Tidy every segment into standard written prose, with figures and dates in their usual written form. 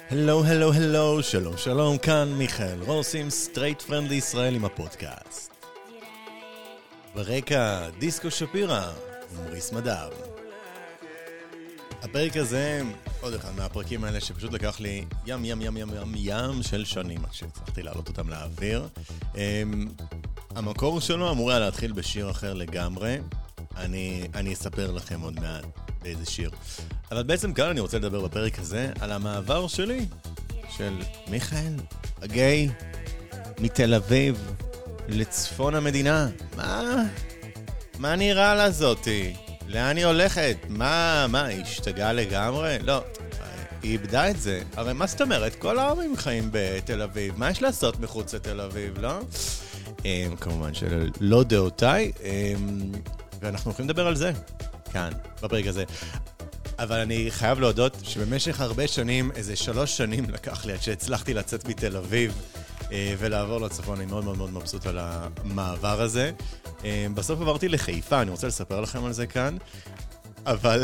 הלו, הלו, הלו, שלום, שלום, כאן מיכאל רוסים, סטרייט פרנדלי ישראל עם הפודקאסט. ברקע, דיסקו שפירה ומריס מדר. הפרק הזה, עוד אחד מהפרקים האלה שפשוט לקח לי ים של שנים עד שהצלחתי להעלות אותם לאוויר. המקור שלו אמור היה להתחיל בשיר אחר לגמרי. אני אספר לכם עוד מעט באיזה שיר. אבל בעצם כאן אני רוצה לדבר בפרק הזה על המעבר שלי, של מיכאל, הגיי, מתל אביב לצפון המדינה. מה נראה לה זאתי? לאן היא הולכת? מה, היא השתגעה לגמרי? לא, היא איבדה את זה. הרי מה זאת אומרת? כל הערבים חיים בתל אביב. מה יש לעשות מחוץ לתל אביב, לא? כמובן שלא דעותיי, ואנחנו הולכים לדבר על זה, כאן, בפרק הזה. אבל אני חייב להודות שבמשך הרבה שנים, איזה 3 שנים לקח לי עד שהצלחתי לצאת מתל אביב ולעבור לצפון. אני מאוד מאוד מאוד מבסוט על המעבר הזה. בסוף עברתי לחיפה, אני רוצה לספר לכם על זה כאן, אבל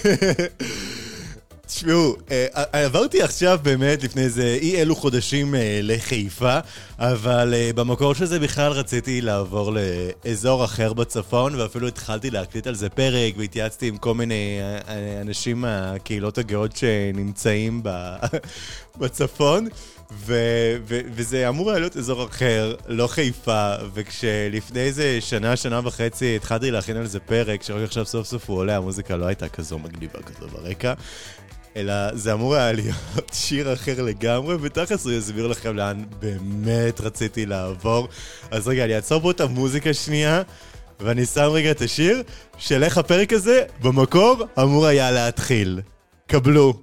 תשמעו, עברתי עכשיו באמת לפני איזה אלו חודשים לחיפה, אבל במקור של זה בכלל רציתי לעבור לאזור אחר בצפון, ואפילו התחלתי להקליט על זה פרק, והתייעצתי עם כל מיני אנשים מהקהילות הגאות שנמצאים בצפון, וזה אמור להיות אזור אחר, לא חיפה, וכשלפני איזה שנה וחצי התחלתי להכין על זה פרק, שרק עכשיו סוף סוף הוא עולה, המוזיקה לא הייתה כזו מגניבה כזו ברקע, אלא זה אמור היה להיות שיר אחר לגמרי, ותכף הוא יסביר לכם לאן באמת רציתי לעבור. אז רגע, אני אעצור פה את המוזיקה שנייה, ואני שם רגע את השיר, של איך הפרק הזה במקור אמור היה להתחיל. קבלו.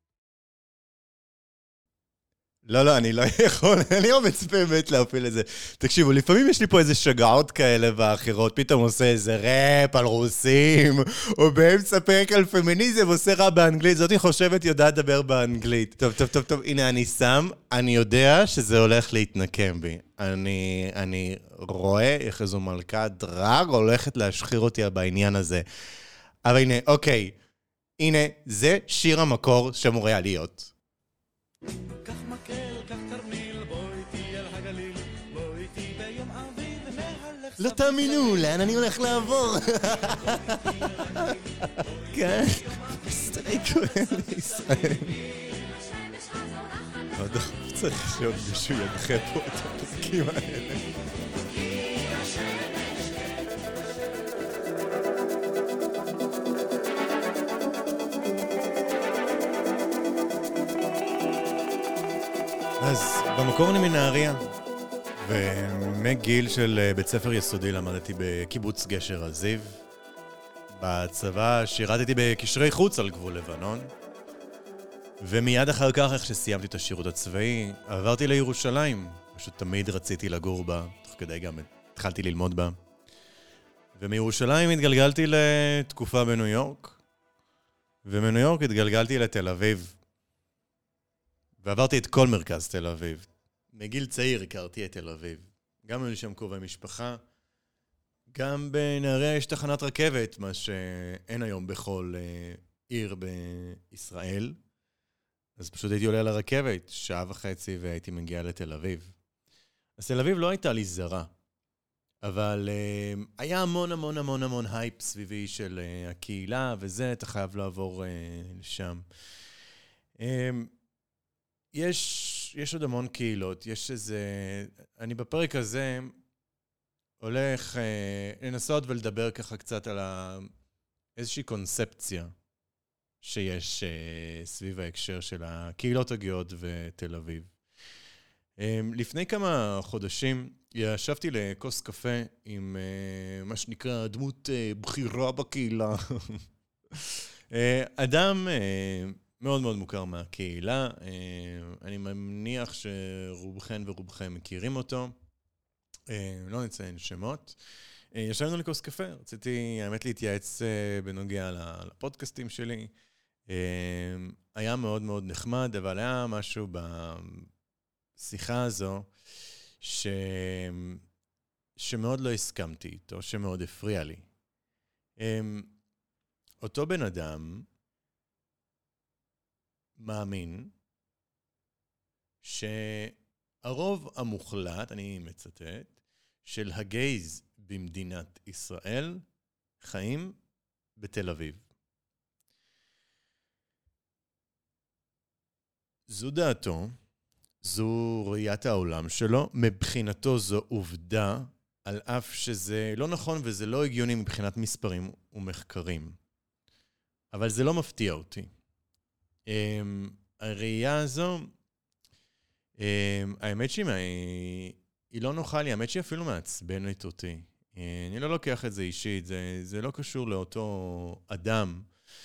לא, אני לא יכול, אין לי אומץ באמת להפיל את זה. תקשיבו, לפעמים יש לי פה איזה שגעות כאלה ואחרות, פתאום עושה איזה ראפ על רוסים, או באמצע פרק על פמיניזם, עושה רע באנגלית, זאת היא חושבת יודעת לדבר באנגלית. טוב, הנה אני שם, אני יודע שזה הולך להתנקם בי. אני רואה איך איזו מלכת דרג הולכת להשחיר אותי בעניין הזה. אבל הנה, אוקיי, הנה, זה שיר המקור שאמור היה להיות. כך מקל, כך תרמיל, בוא איתי אל הגליל, בוא איתי ביום אביב מהלך לא תאמינו, לאן אני הולך לעבור? כן, סטרייט פרנדלי ישראל. עוד צריך שעוד מישהו ינחה פה את הפרקים האלה. אז במקור אני מנהריה, ומגיל של בית ספר יסודי למדתי בקיבוץ גשר הזיו. בצבא שירתתי בקשרי חוץ על גבול לבנון, ומיד אחר כך, איך שסיימתי את השירות הצבאי, עברתי לירושלים. פשוט תמיד רציתי לגור בה, תוך כדי גם התחלתי ללמוד בה. ומירושלים התגלגלתי לתקופה בניו יורק, ומניו יורק התגלגלתי לתל אביב. ועברתי את כל מרכז תל אביב. מגיל צעיר הכרתי את תל אביב. גם היו לי שם קרובי משפחה. גם בנהריה יש תחנת רכבת, מה שאין היום בכל עיר בישראל. אז פשוט הייתי עולה לרכבת, 1.5 שעה והייתי מגיע לתל אביב. אז תל אביב לא הייתה לי זרה. אבל היה המון הייפ סביבי של הקהילה, וזה, אתה חייב לעבור לשם. יש עוד המון קהילות, יש איזה... אני בפרק הזה הולך לנסות ולדבר ככה קצת על איזושהי קונספציה שיש סביב ההקשר של הקהילות הגאות ותל אביב. לפני כמה חודשים ישבתי לכוס קפה עם מה שנקרא דמות בחירה בקהילה. אדם... מאוד מאוד מוכר מהקהילה, אני מניח שרובכן ורובכם מכירים אותו, לא נציין שמות. ישבנו לכוס קפה, רציתי האמת להתייעץ בנוגע לפודקאסטים שלי, היה מאוד מאוד נחמד, אבל היה משהו בשיחה הזו שמאוד לא הסכמתי איתו, שמאוד הפריע לי. אותו בן אדם מאמין שהרוב המוחלט, אני מצטט, של הגייז במדינת ישראל חיים בתל אביב. זו דעתו, זו ראיית העולם שלו, מבחינתו זו עובדה, על אף שזה לא נכון וזה לא הגיוני מבחינת מספרים ומחקרים. אבל זה לא מפתיע אותי. הראייה הזו, האמת שהיא לא נוחה לי, האמת שהיא אפילו מעצבנת אותי. אני לא לוקח את זה אישית, זה לא קשור לאותו אדם.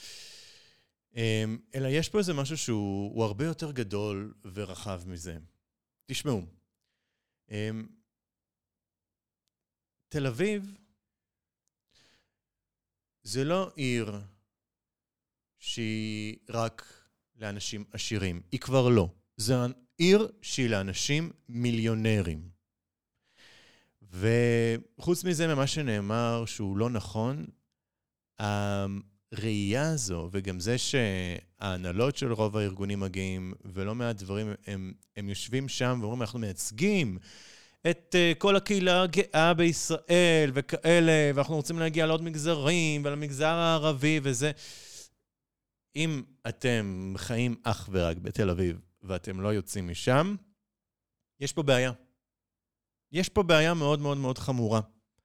אלא יש פה איזה משהו שהוא הרבה יותר גדול ורחב מזה. תשמעו, תל אביב זה לא עיר שהיא רק לאנשים עשירים. היא כבר לא. זה עיר שהיא לאנשים מיליונרים. וחוץ מזה, ממה שנאמר שהוא לא נכון, הראייה הזו, וגם זה שההנהלות של רוב הארגונים מגיעים, ולא מעט דברים, הם יושבים שם ואומרים, אנחנו מייצגים את כל הקהילה הגאה בישראל וכאלה, ואנחנו רוצים להגיע לעוד מגזרים, ולמגזר הערבי וזה. אם אתם חיים אך ורק בתל אביב, ואתם לא יוצאים משם, יש פה בעיה. יש פה בעיה מאוד מאוד מאוד חמורה.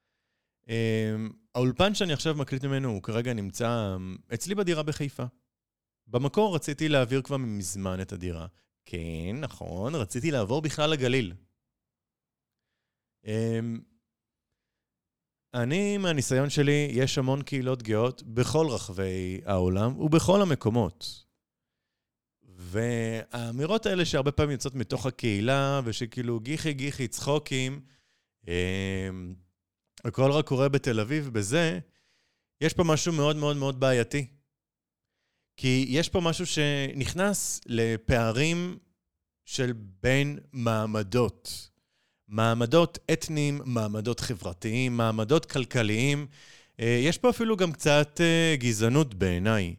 האולפן שאני עכשיו מקליט ממנו, הוא כרגע נמצא אצלי בדירה בחיפה. במקור רציתי להעביר כבר מזמן את הדירה. כן, נכון, רציתי לעבור בכלל לגליל. אני, מהניסיון שלי, יש המון קהילות גאות בכל רחבי העולם ובכל המקומות. והאמירות האלה שהרבה פעמים יוצאות מתוך הקהילה, ושכאילו גיחי צחוקים, הכל רק קורה בתל אביב בזה, יש פה משהו מאוד מאוד מאוד בעייתי. כי יש פה משהו שנכנס לפערים של בין מעמדות. מעמדות אתניים, מעמדות חברתיים, מעמדות כלכליים. יש פה אפילו גם קצת גזענות בעיניי.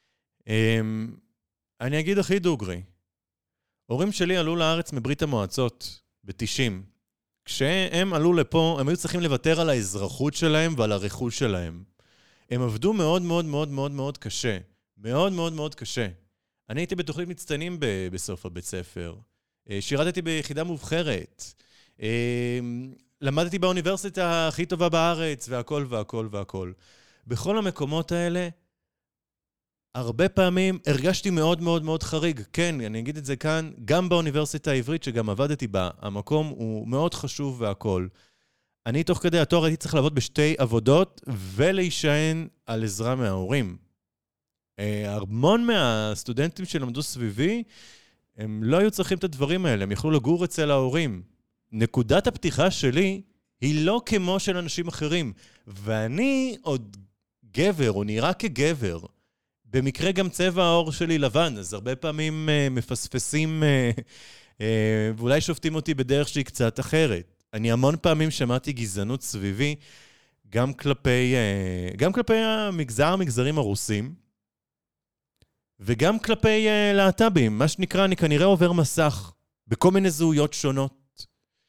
אני אגיד הכי דוגרי. הורים שלי עלו לארץ מברית המועצות ב-90. כשהם עלו לפה, הם היו צריכים לוותר על האזרחות שלהם ועל הרכוש שלהם. הם עבדו מאוד מאוד מאוד מאוד מאוד קשה. מאוד מאוד מאוד קשה. אני הייתי בתוכנית מצטיינים בסוף הבית ספר. שירתתי ביחידה מובחרת. למדתי באוניברסיטה הכי טובה בארץ, והכל והכל והכל. בכל המקומות האלה, הרבה פעמים הרגשתי מאוד מאוד מאוד חריג. כן, אני אגיד את זה כאן, גם באוניברסיטה העברית שגם עבדתי בה, המקום הוא מאוד חשוב והכל. אני תוך כדי התואר הייתי צריך לעבוד בשתי עבודות ולהישען על עזרה מההורים. המון מהסטודנטים שלמדו סביבי, הם לא היו צריכים את הדברים האלה, הם יכלו לגור אצל ההורים. נקודת הפתיחה שלי היא לא כמו של אנשים אחרים, ואני עוד גבר, או נראה כגבר. במקרה גם צבע העור שלי לבן, אז הרבה פעמים מפספסים, ואולי שופטים אותי בדרך שהיא קצת אחרת. אני המון פעמים שמעתי גזענות סביבי, גם כלפי המגזרים הרוסים, וגם כלפי להט"בים, מה שנקרא, אני כנראה עובר מסך, בכל מיני זהויות שונות.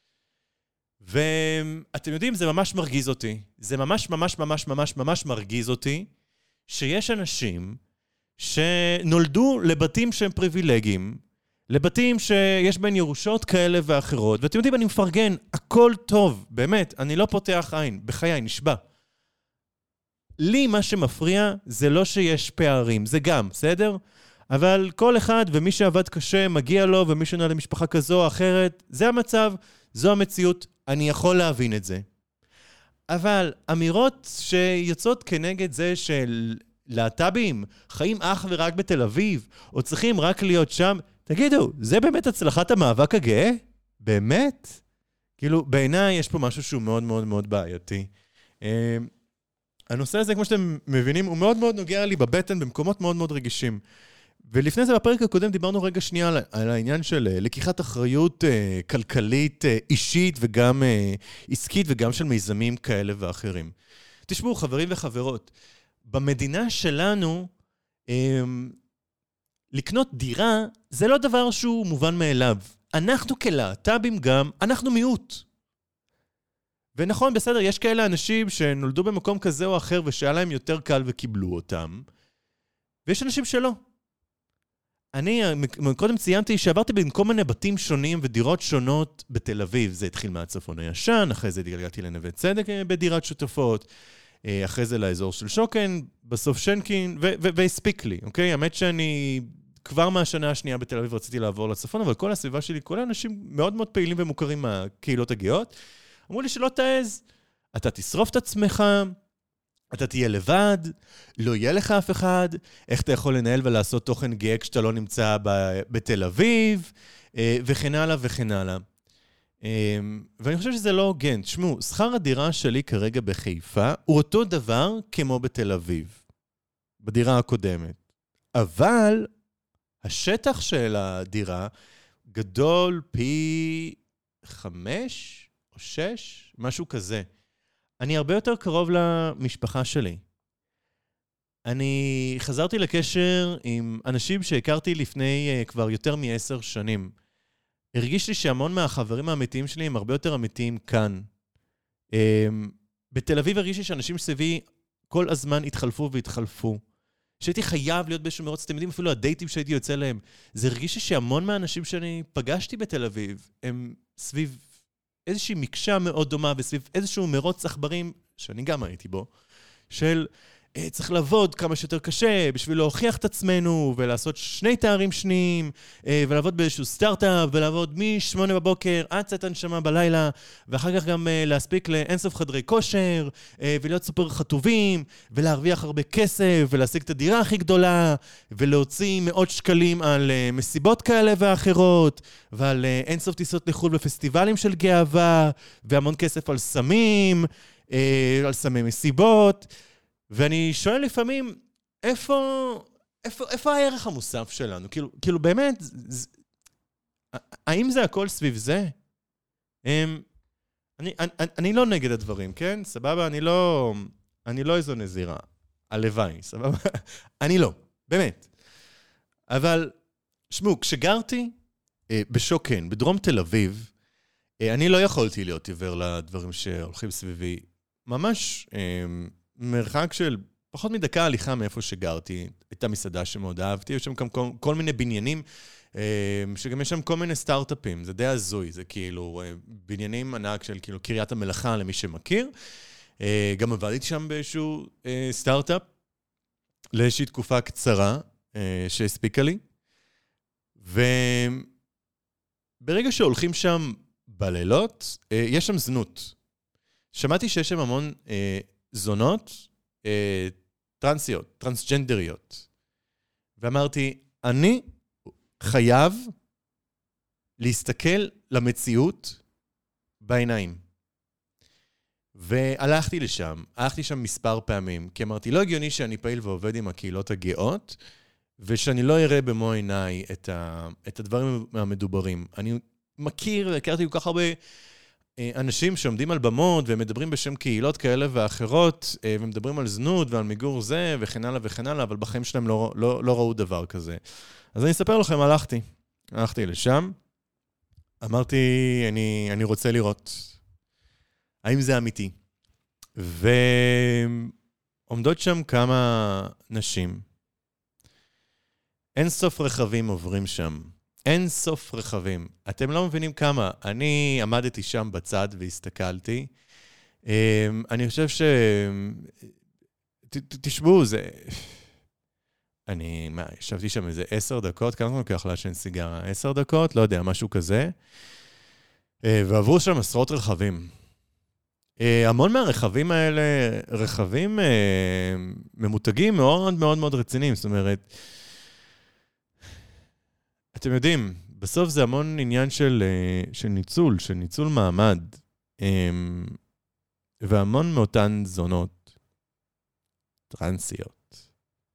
ואתם יודעים, זה ממש מרגיז אותי. זה ממש ממש ממש ממש ממש מרגיז אותי, שיש אנשים שנולדו לבתים שהם פריבילגיים, לבתים שיש בין ירושות כאלה ואחרות, ואתם יודעים, אני מפרגן, הכל טוב, באמת, אני לא פותח עין, בחיי, נשבע. לי מה שמפריע זה לא שיש פערים, זה גם, בסדר? אבל כל אחד ומי שעבד קשה מגיע לו, ומי שנולד למשפחה כזו או אחרת, זה המצב, זו המציאות, אני יכול להבין את זה. אבל אמירות שיוצאות כנגד זה של להט"בים חיים אך ורק בתל אביב, או צריכים רק להיות שם, תגידו, זה באמת הצלחת המאבק הגאה? באמת? כאילו, בעיניי יש פה משהו שהוא מאוד מאוד מאוד בעייתי. הנושא הזה, כמו שאתם מבינים, הוא מאוד מאוד נוגע לי בבטן במקומות מאוד מאוד רגישים. ולפני זה, בפרק הקודם, דיברנו רגע שנייה על העניין של לקיחת אחריות כלכלית, אישית וגם עסקית, וגם של מיזמים כאלה ואחרים. תשמעו, חברים וחברות, במדינה שלנו, לקנות דירה זה לא דבר שהוא מובן מאליו. אנחנו כלהט"בים גם, אנחנו מיעוט. ונכון, בסדר, יש כאלה אנשים שנולדו במקום כזה או אחר ושהיה להם יותר קל וקיבלו אותם, ויש אנשים שלא. אני קודם ציינתי שעברתי בין כל מיני בתים שונים ודירות שונות בתל אביב. זה התחיל מהצפון הישן, אחרי זה הגעתי לנווה צדק בדירת שותפות, אחרי זה לאזור של שוקן, בסוף שנקין, והספיק לי, אוקיי? האמת שאני כבר מהשנה השנייה בתל אביב רציתי לעבור לצפון, אבל כל הסביבה שלי, כל האנשים מאוד מאוד פעילים ומוכרים מהקהילות הגאות, אמרו לי שלא תעז, אתה תשרוף את עצמך, אתה תהיה לבד, לא יהיה לך אף אחד, איך אתה יכול לנהל ולעשות תוכן גאה כשאתה לא נמצא בתל אביב, וכן הלאה וכן הלאה. ואני חושב שזה לא הוגן. תשמעו, שכר הדירה שלי כרגע בחיפה הוא אותו דבר כמו בתל אביב, בדירה הקודמת. אבל השטח של הדירה גדול פי 5 או 6, משהו כזה. אני הרבה יותר קרוב למשפחה שלי. אני חזרתי לקשר עם אנשים שהכרתי לפני כבר יותר מ10 שנים. הרגיש לי שהמון מהחברים האמיתיים שלי הם הרבה יותר אמיתיים כאן. בתל אביב הרגיש לי שאנשים סביבי כל הזמן התחלפו והתחלפו. שהייתי חייב להיות באיזשהו מרוץ, אתם יודעים אפילו הדייטים שהייתי יוצא להם. זה הרגיש לי שהמון מהאנשים שאני פגשתי בתל אביב הם סביב איזושהי מקשה מאוד דומה וסביב איזשהו מרוץ עכברים, שאני גם הייתי בו, של צריך לעבוד כמה שיותר קשה בשביל להוכיח את עצמנו ולעשות 2 תארים שניים ולעבוד באיזשהו סטארט-אפ ולעבוד מ8 בבוקר עד צאת הנשמה בלילה ואחר כך גם להספיק לאינסוף חדרי כושר ולהיות סופר חטובים ולהרוויח הרבה כסף ולהשיג את הדירה הכי גדולה ולהוציא מאות שקלים על מסיבות כאלה ואחרות ועל אינסוף טיסות לחול בפסטיבלים של גאווה והמון כסף על סמים, על סמי מסיבות. ואני שואל לפעמים, איפה הערך המוסף שלנו? כאילו באמת, האם זה הכל סביב זה? אני לא נגד הדברים, כן? סבבה, אני לא איזו נזירה. הלוואי, סבבה? אני לא, באמת. אבל, שמעו, כשגרתי בשוקן, בדרום תל אביב, אני לא יכולתי להיות עיוור לדברים שהולכים סביבי. ממש מרחק של פחות מדקה הליכה מאיפה שגרתי. הייתה מסעדה שמאוד אהבתי, יש שם גם כל מיני בניינים, שגם יש שם כל מיני סטארט-אפים, זה די הזוי, זה כאילו בניינים ענק של כאילו קריית המלאכה למי שמכיר. גם עבדתי שם באיזשהו סטארט-אפ, לאיזושהי תקופה קצרה שהספיקה לי. וברגע שהולכים שם בלילות, יש שם זנות. שמעתי שיש שם המון זונות טרנסיות, טרנסג'נדריות. ואמרתי, אני חייב להסתכל למציאות בעיניים. והלכתי לשם, מספר פעמים, כי אמרתי, לא הגיוני שאני פעיל ועובד עם הקהילות הגאות, ושאני לא אראה במו עיניי את הדברים המדוברים. אני מכיר, הכרתי כל כך הרבה אנשים שעומדים על במות ומדברים בשם קהילות כאלה ואחרות, ומדברים על זנות ועל מיגור זה וכן הלאה וכן הלאה, אבל בחיים שלהם לא ראו דבר כזה. אז אני אספר לכם, הלכתי לשם, אמרתי, אני רוצה לראות האם זה אמיתי. ועומדות שם כמה נשים. אין סוף רכבים עוברים שם. אין סוף רכבים. אתם לא מבינים כמה. אני עמדתי שם בצד והסתכלתי. אני חושב תשמעו, זה... ישבתי שם איזה 10 דקות, כמה זמן לוקח לעשן סיגרה? 10 דקות? לא יודע, משהו כזה. ועברו שם עשרות רכבים. המון מהרכבים האלה, רכבים ממותגים מאוד מאוד מאוד רציניים. זאת אומרת, אתם יודעים, בסוף זה המון עניין של ניצול מעמד, והמון מאותן זונות טרנסיות,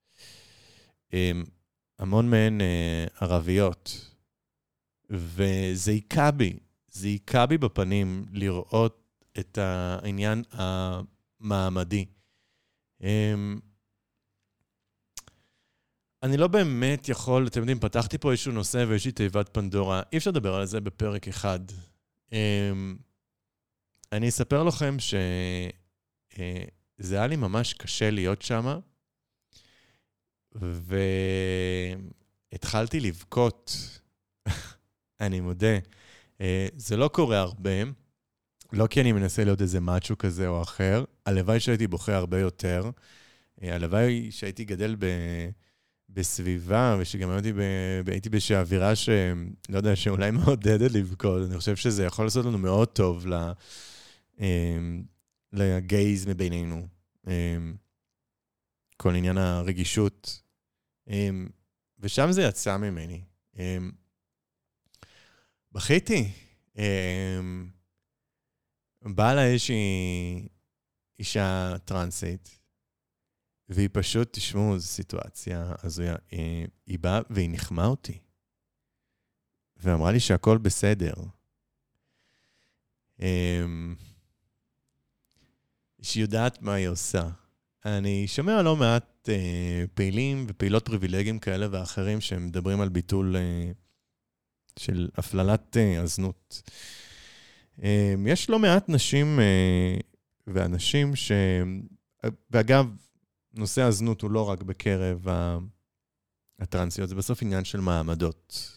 המון מהן ערביות, וזה היכה בי בפנים לראות את העניין המעמדי. אני לא באמת יכול, אתם יודעים, פתחתי פה איזשהו נושא ויש לי תיבת פנדורה, אי אפשר לדבר על זה בפרק אחד. אני אספר לכם שזה היה לי ממש קשה להיות שם, והתחלתי לבכות, אני מודה. זה לא קורה הרבה, לא כי אני מנסה להיות איזה משהו כזה או אחר, הלוואי שהייתי בוכה הרבה יותר, הלוואי שהייתי גדל בסביבה, ושגם הייתי באיזושהי אווירה לא יודע, שאולי מעודדת לבכות. אני חושב שזה יכול לעשות לנו מאוד טוב לגייז מבינינו. כל עניין הרגישות. ושם זה יצא ממני. בכיתי. באה לה איזושהי אישה טרנסית, והיא פשוט, תשמעו, זו סיטואציה, אז היא באה והיא נחמה אותי. ואמרה לי שהכל בסדר. שהיא יודעת מה היא עושה. אני שומע לא מעט פעילים ופעילות פריבילגיים כאלה ואחרים שהם מדברים על ביטול של הפללת הזנות. יש לא מעט נשים ואנשים ואגב, נושא הזנות הוא לא רק בקרב הטרנסיות, זה בסוף עניין של מעמדות.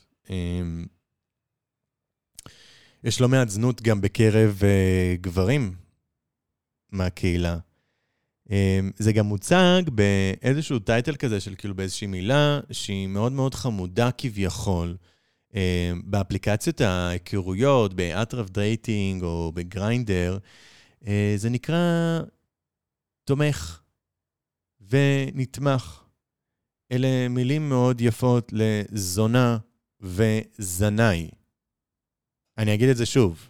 יש לא מעט זנות גם בקרב גברים מהקהילה. זה גם מוצג באיזשהו טייטל כזה של כאילו באיזושהי מילה שהיא מאוד מאוד חמודה כביכול. באפליקציות ההיכרויות, באטרף דייטינג או בגריינדר, זה נקרא תומך ונתמך. אלה מילים מאוד יפות לזונה וזנאי. אני אגיד את זה שוב.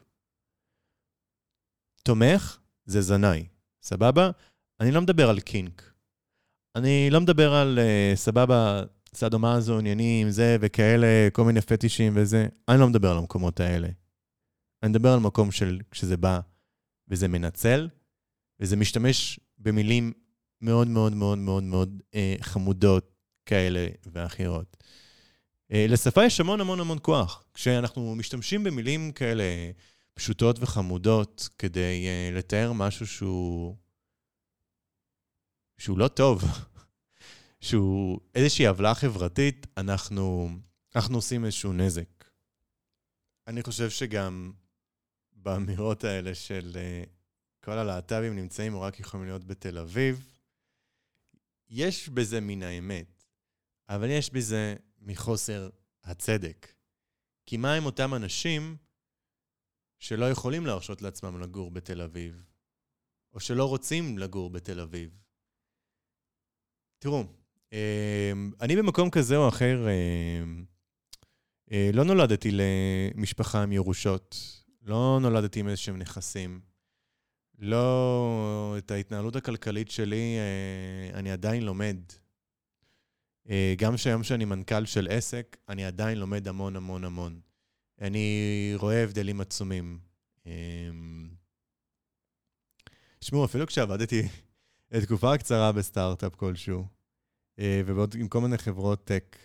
תומך זה זנאי. סבבה? אני לא מדבר על קינק. אני לא מדבר על סבבה, סדומאזו, עניינים, זה וכאלה, כל מיני פטישים וזה. אני לא מדבר על המקומות האלה. אני מדבר על מקום של כשזה בא וזה מנצל, וזה משתמש במילים מאוד מאוד מאוד מאוד מאוד חמודות כאלה ואחרות. לשפה יש המון המון המון כוח. כשאנחנו משתמשים במילים כאלה פשוטות וחמודות כדי לתאר משהו שהוא לא טוב, שהוא איזושהי עוולה חברתית, אנחנו עושים איזשהו נזק. אני חושב שגם באמירות האלה של כל הלהט"בים נמצאים או רק יכולים להיות בתל אביב, יש בזה מן האמת, אבל יש בזה מחוסר הצדק. כי מה עם אותם אנשים שלא יכולים להרשות לעצמם לגור בתל אביב, או שלא רוצים לגור בתל אביב? תראו, אני במקום כזה או אחר, לא נולדתי למשפחה עם ירושות, לא נולדתי עם איזשהם נכסים, לא, את ההתנהלות הכלכלית שלי אני עדיין לומד. גם שהיום שאני מנכ"ל של עסק, אני עדיין לומד המון המון המון. אני רואה הבדלים עצומים. שמעו, אפילו כשעבדתי תקופה קצרה בסטארט-אפ כלשהו, ובעוד עם כל מיני חברות טק,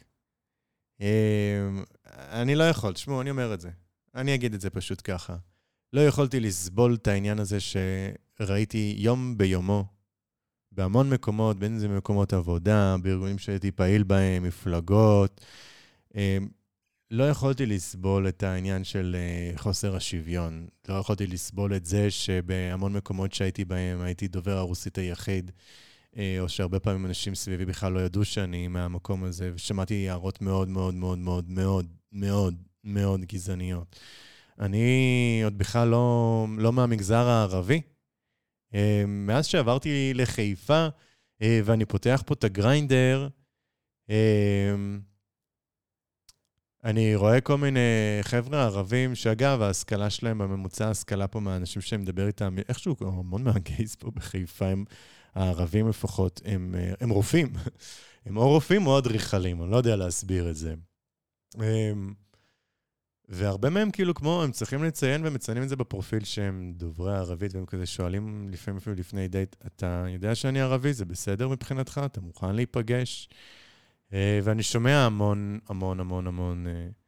אני לא יכול, שמעו, אני אומר את זה. אני אגיד את זה פשוט ככה. לא יכולתי לסבול את העניין הזה שראיתי יום ביומו, בהמון מקומות, בין אם זה מקומות עבודה, בארגונים שהייתי פעיל בהם, מפלגות. לא יכולתי לסבול את העניין של חוסר השוויון. לא יכולתי לסבול את זה שבהמון מקומות שהייתי בהם, הייתי דובר הרוסית היחיד, או שהרבה פעמים אנשים סביבי בכלל לא ידעו שאני מהמקום הזה, ושמעתי הערות מאוד מאוד מאוד מאוד מאוד מאוד מאוד גזעניות. אני עוד בכלל לא מהמגזר הערבי. מאז שעברתי לחיפה, ואני פותח פה את הגריינדר, אני רואה כל מיני חבר'ה ערבים, שאגב, ההשכלה שלהם, בממוצע ההשכלה פה מהאנשים שהם מדבר איתם, איכשהו המון מהגייז פה בחיפה, הם הערבים לפחות, הם רופאים. הם או רופאים או אדריכלים, אני לא יודע להסביר את זה. והרבה מהם כאילו כמו, הם צריכים לציין ומציינים את זה בפרופיל שהם דוברי ערבית, והם כזה שואלים לפעמים אפילו לפני דייט, אתה יודע שאני ערבי, זה בסדר מבחינתך? אתה מוכן להיפגש? ואני שומע המון, המון, המון, המון...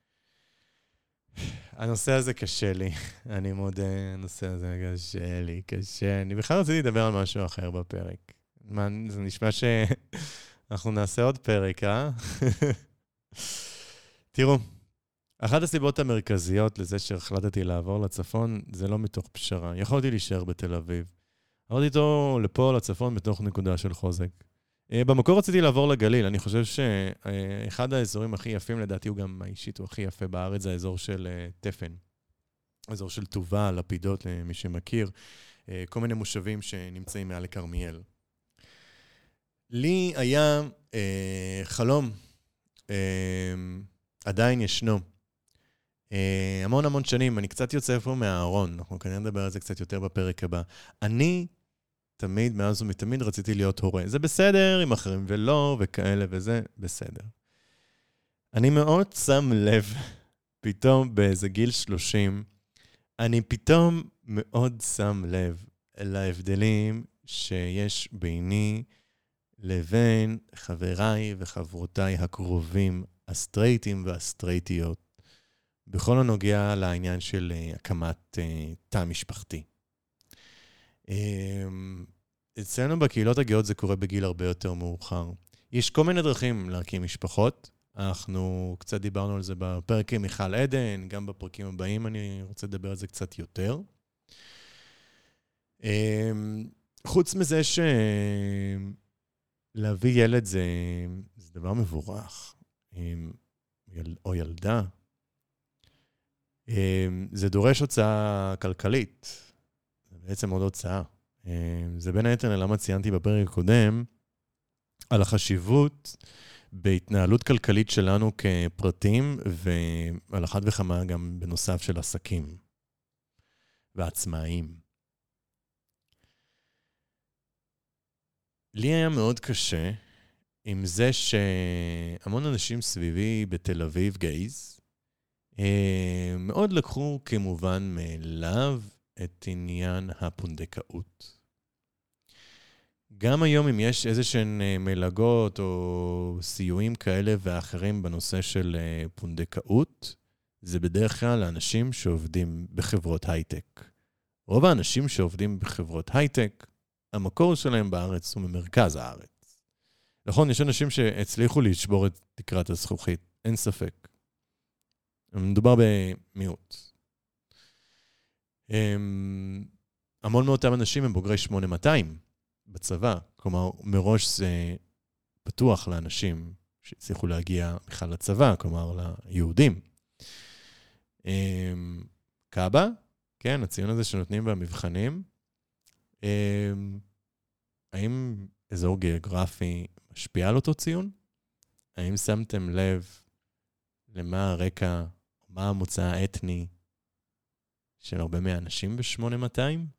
הנושא הזה קשה לי. אני מודה, הנושא הזה קשה לי, קשה. אני בכלל רציתי לדבר על משהו אחר בפרק. זה נשמע שאנחנו נעשה עוד פרק, תראו, אחת הסיבות המרכזיות לזה שהחלטתי לעבור לצפון, זה לא מתוך פשרה. יכולתי להישאר בתל אביב. עברתי איתו לפה, לצפון, בתוך נקודה של חוזק. במקור רציתי לעבור לגליל. אני חושב שאחד האזורים הכי יפים, לדעתי הוא גם האישית, הוא הכי יפה בארץ, זה האזור של תפן. האזור של טובה, לפידות, למי שמכיר. כל מיני מושבים שנמצאים מעל לכרמיאל. לי היה חלום, עדיין ישנו. המון המון שנים, אני קצת יוצא פה מהארון, אנחנו כנראה נדבר על זה קצת יותר בפרק הבא. אני תמיד, מאז ומתמיד, רציתי להיות הורה. זה בסדר עם אחרים ולא, וכאלה וזה, בסדר. אני מאוד שם לב, פתאום באיזה גיל 30, אני פתאום מאוד שם לב להבדלים שיש ביני לבין חבריי וחברותיי הקרובים, הסטרייטים והסטרייטיות, בכל הנוגע לעניין של הקמת תא משפחתי. אצלנו בקהילות הגאות זה קורה בגיל הרבה יותר מאוחר. יש כל מיני דרכים להקים משפחות. אנחנו קצת דיברנו על זה בפרק עם מיכל עדן, גם בפרקים הבאים אני רוצה לדבר על זה קצת יותר. חוץ מזה להביא ילד זה דבר מבורך, או ילדה. זה דורש הוצאה כלכלית, זה בעצם עוד הוצאה. זה בין היתר למה ציינתי בפרק הקודם, על החשיבות בהתנהלות כלכלית שלנו כפרטים, ועל אחת וכמה גם בנוסף של עסקים ועצמאים. לי היה מאוד קשה עם זה שהמון אנשים סביבי בתל אביב גייז, מאוד לקחו כמובן מאליו את עניין הפונדקאות. גם היום אם יש איזשהן מלגות או סיועים כאלה ואחרים בנושא של פונדקאות, זה בדרך כלל לאנשים שעובדים בחברות הייטק. רוב האנשים שעובדים בחברות הייטק, המקור שלהם בארץ הוא ממרכז הארץ. נכון, יש אנשים שהצליחו לשבור את תקרת הזכוכית, אין ספק. מדובר במיעוט. המון מאותם אנשים הם בוגרי 8200 בצבא, כלומר מראש זה פתוח לאנשים שהצליחו להגיע בכלל לצבא, כלומר ליהודים. קאבה, כן, הציון הזה שנותנים במבחנים, האם אזור גיאוגרפי משפיע על אותו ציון? האם שמתם לב למה הרקע, מה המוצא האתני של הרבה מהאנשים ב-8200?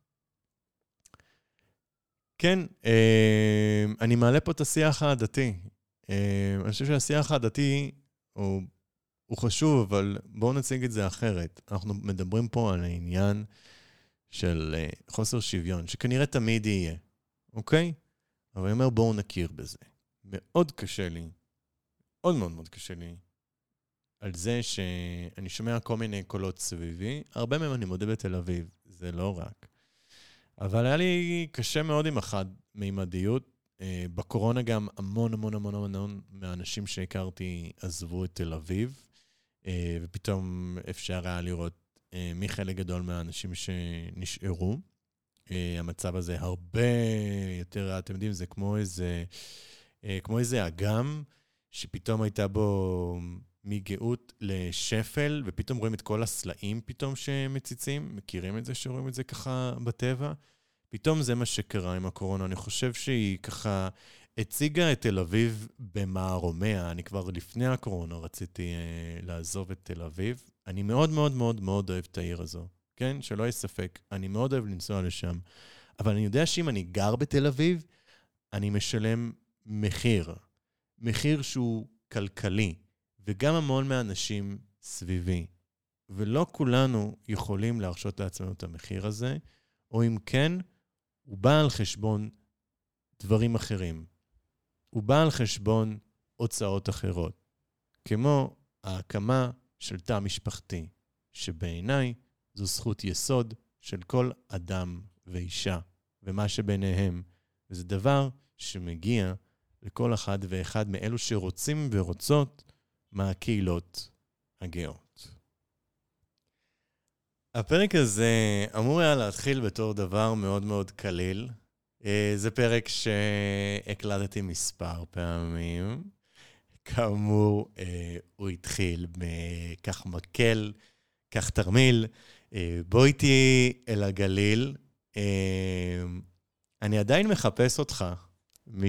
כן, אני מעלה פה את השיח העדתי. אני חושב שהשיח העדתי הוא חשוב, אבל בואו נציג את זה אחרת. אנחנו מדברים פה על העניין של חוסר שוויון, שכנראה תמיד יהיה, אוקיי? אבל אני אומר, בואו נכיר בזה. מאוד קשה לי, מאוד מאוד מאוד קשה לי, על זה שאני שומע כל מיני קולות סביבי, הרבה מהם אני מודה בתל אביב, זה לא רק. אבל היה לי קשה מאוד עם החד-מימדיות. בקורונה גם המון המון המון המון מהאנשים שהכרתי עזבו את תל אביב, ופתאום אפשר היה לראות מי חלק גדול מהאנשים שנשארו. המצב הזה הרבה יותר, אתם יודעים, זה כמו איזה אגם, שפתאום הייתה בו מגאות לשפל, ופתאום רואים את כל הסלעים פתאום שמציצים, מכירים את זה שרואים את זה ככה בטבע? פתאום זה מה שקרה עם הקורונה. אני חושב שהיא ככה הציגה את תל אביב במערומיה. אני כבר לפני הקורונה רציתי לעזוב את תל אביב. אני מאוד מאוד מאוד מאוד אוהב את העיר הזו. כן? שלא יספק. אני מאוד אוהב לנסוע לשם. אבל אני יודע שאם אני גר בתל אביב, אני משלם מחיר. מחיר שהוא כלכלי. וגם המון מהאנשים סביבי. ולא כולנו יכולים להרשות לעצמנו את המחיר הזה, או אם כן, הוא בא על חשבון דברים אחרים. הוא בא על חשבון הוצאות אחרות, כמו ההקמה של תא משפחתי, שבעיניי זו זכות יסוד של כל אדם ואישה, ומה שביניהם. וזה דבר שמגיע לכל אחד ואחד מאלו שרוצים ורוצות מהקהילות הגאות. הפרק הזה אמור היה להתחיל בתור דבר מאוד מאוד קליל. זה פרק שהקלטתי מספר פעמים. כאמור, הוא התחיל מכך מקל, כך תרמיל. בוא איתי אל הגליל. אני עדיין מחפש אותך, מי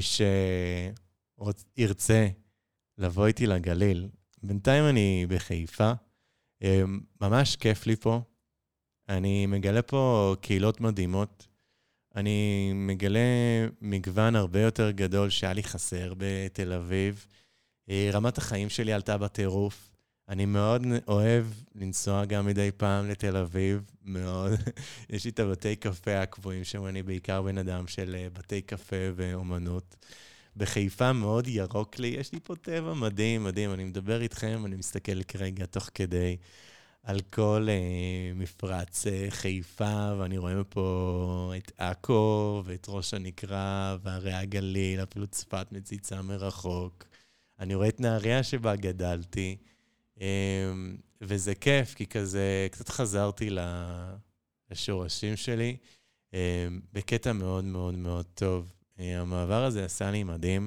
שירצה לבוא איתי לגליל. בינתיים אני בחיפה, ממש כיף לי פה. אני מגלה פה קהילות מדהימות. אני מגלה מגוון הרבה יותר גדול שהיה לי חסר בתל אביב. רמת החיים שלי עלתה בטירוף. אני מאוד אוהב לנסוע גם מדי פעם לתל אביב, מאוד. יש לי את הבתי קפה הקבועים שם, אני בעיקר בן אדם של בתי קפה ואומנות. בחיפה מאוד ירוק לי, יש לי פה טבע מדהים, מדהים. אני מדבר איתכם, אני מסתכל כרגע תוך כדי על כל מפרץ חיפה, ואני רואה פה את עכו ואת ראש הנקרה והרי הגליל, אפילו צפת מציצה מרחוק. אני רואה את נהריה שבה גדלתי, וזה כיף, כי כזה קצת חזרתי לשורשים שלי, בקטע מאוד מאוד מאוד טוב. המעבר הזה עשה לי מדהים.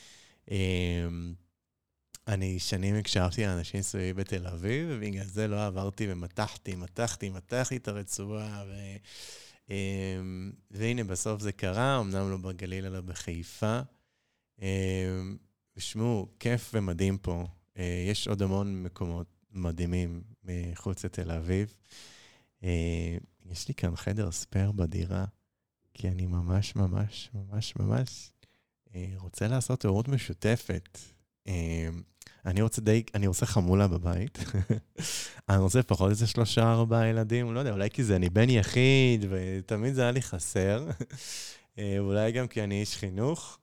אני שנים הקשבתי לאנשים סביבי בתל אביב, ובגלל זה לא עברתי ומתחתי את הרצועה, והנה בסוף זה קרה, אמנם לא בגליל אלא בחיפה. ושמעו, כיף ומדהים פה. יש עוד המון מקומות מדהימים מחוץ לתל אביב. יש לי כאן חדר ספר בדירה, כי אני ממש רוצה לעשות תיאורות משותפת. אני רוצה חמולה בבית. אני רוצה פחות איזה 3-4 ילדים, לא יודע, אולי כי זה אני בן יחיד, ותמיד זה היה לי חסר. אולי גם כי אני איש חינוך.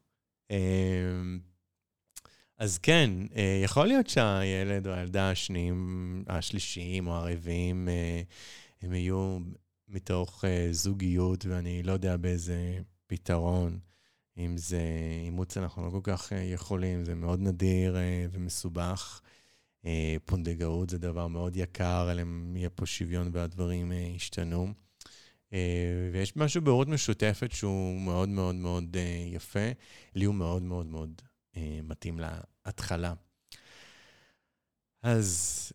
אז כן, יכול להיות שהילד או הילדה השלישיים או הרביעים, הם יהיו מתוך זוגיות, ואני לא יודע באיזה פתרון. אם זה אימוץ אנחנו לא כל כך יכולים, זה מאוד נדיר ומסובך. פונדקאות זה דבר מאוד יקר, אלא יהיה פה שוויון והדברים ישתנו. ויש משהו בהורות משותפת שהוא מאוד מאוד מאוד יפה, לי הוא מאוד מאוד מאוד מתאים להתחלה. אז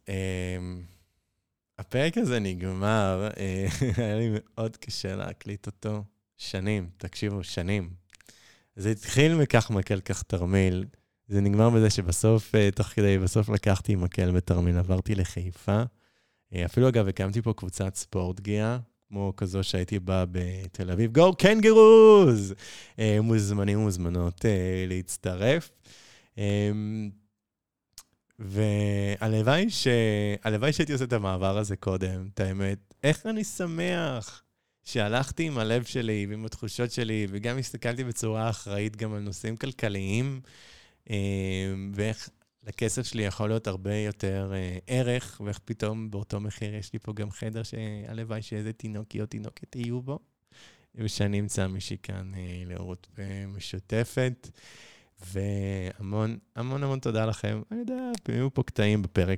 הפרק הזה נגמר, היה לי מאוד קשה להקליט אותו שנים, תקשיבו, שנים. זה התחיל מכך מקל כך תרמיל, זה נגמר בזה שבסוף, תוך כדי, בסוף לקחתי מקל בתרמיל, עברתי לחיפה. אפילו אגב, הקמתי פה קבוצת ספורט גאה, כמו כזו שהייתי בה בתל אביב, גו קנגרוז! מוזמנים ומוזמנות להצטרף. והלוואי שהייתי עושה את המעבר הזה קודם, את האמת. איך אני שמח שהלכתי עם הלב שלי ועם התחושות שלי, וגם הסתכלתי בצורה אחראית גם על נושאים כלכליים, ואיך לכסף שלי יכול להיות הרבה יותר ערך, ואיך פתאום באותו מחיר יש לי פה גם חדר שהלוואי שאיזה תינוקי או תינוקת יהיו בו, ושאני אמצא מישהי כאן להורות משותפת, והמון המון המון תודה לכם. אני יודע, היו פה קטעים בפרק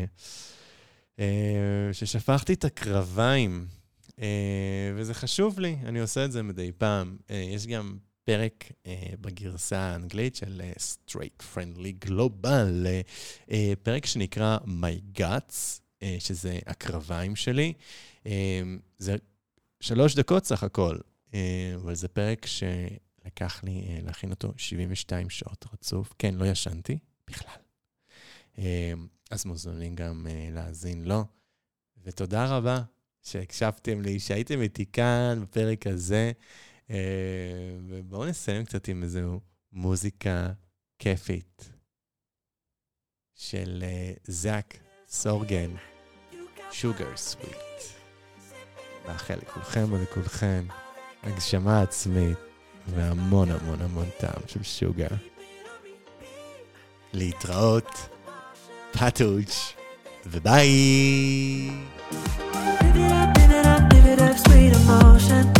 ששפכתי את הקרביים, וזה חשוב לי, אני עושה את זה מדי פעם. יש גם פרק בגרסה האנגלית של Straight Friendly Global, פרק שנקרא My Guts, שזה הקרביים שלי. זה 3 דקות סך הכל, אבל זה פרק שלקח לי להכין אותו 72 שעות רצוף. כן, לא ישנתי בכלל. אז מוזמנים גם להאזין לו. ותודה רבה שהקשבתם לי, שהייתם איתי כאן בפרק הזה. ובואו נסיים קצת עם איזו מוזיקה כיפית של זאק סורגן, שוגר סוויט. מאחל לכולכם ולכולכן הגשמה עצמית והמון המון המון טעם של שוגר. להתראות, פאטוץ', וביי! Live it up, sweet emotion.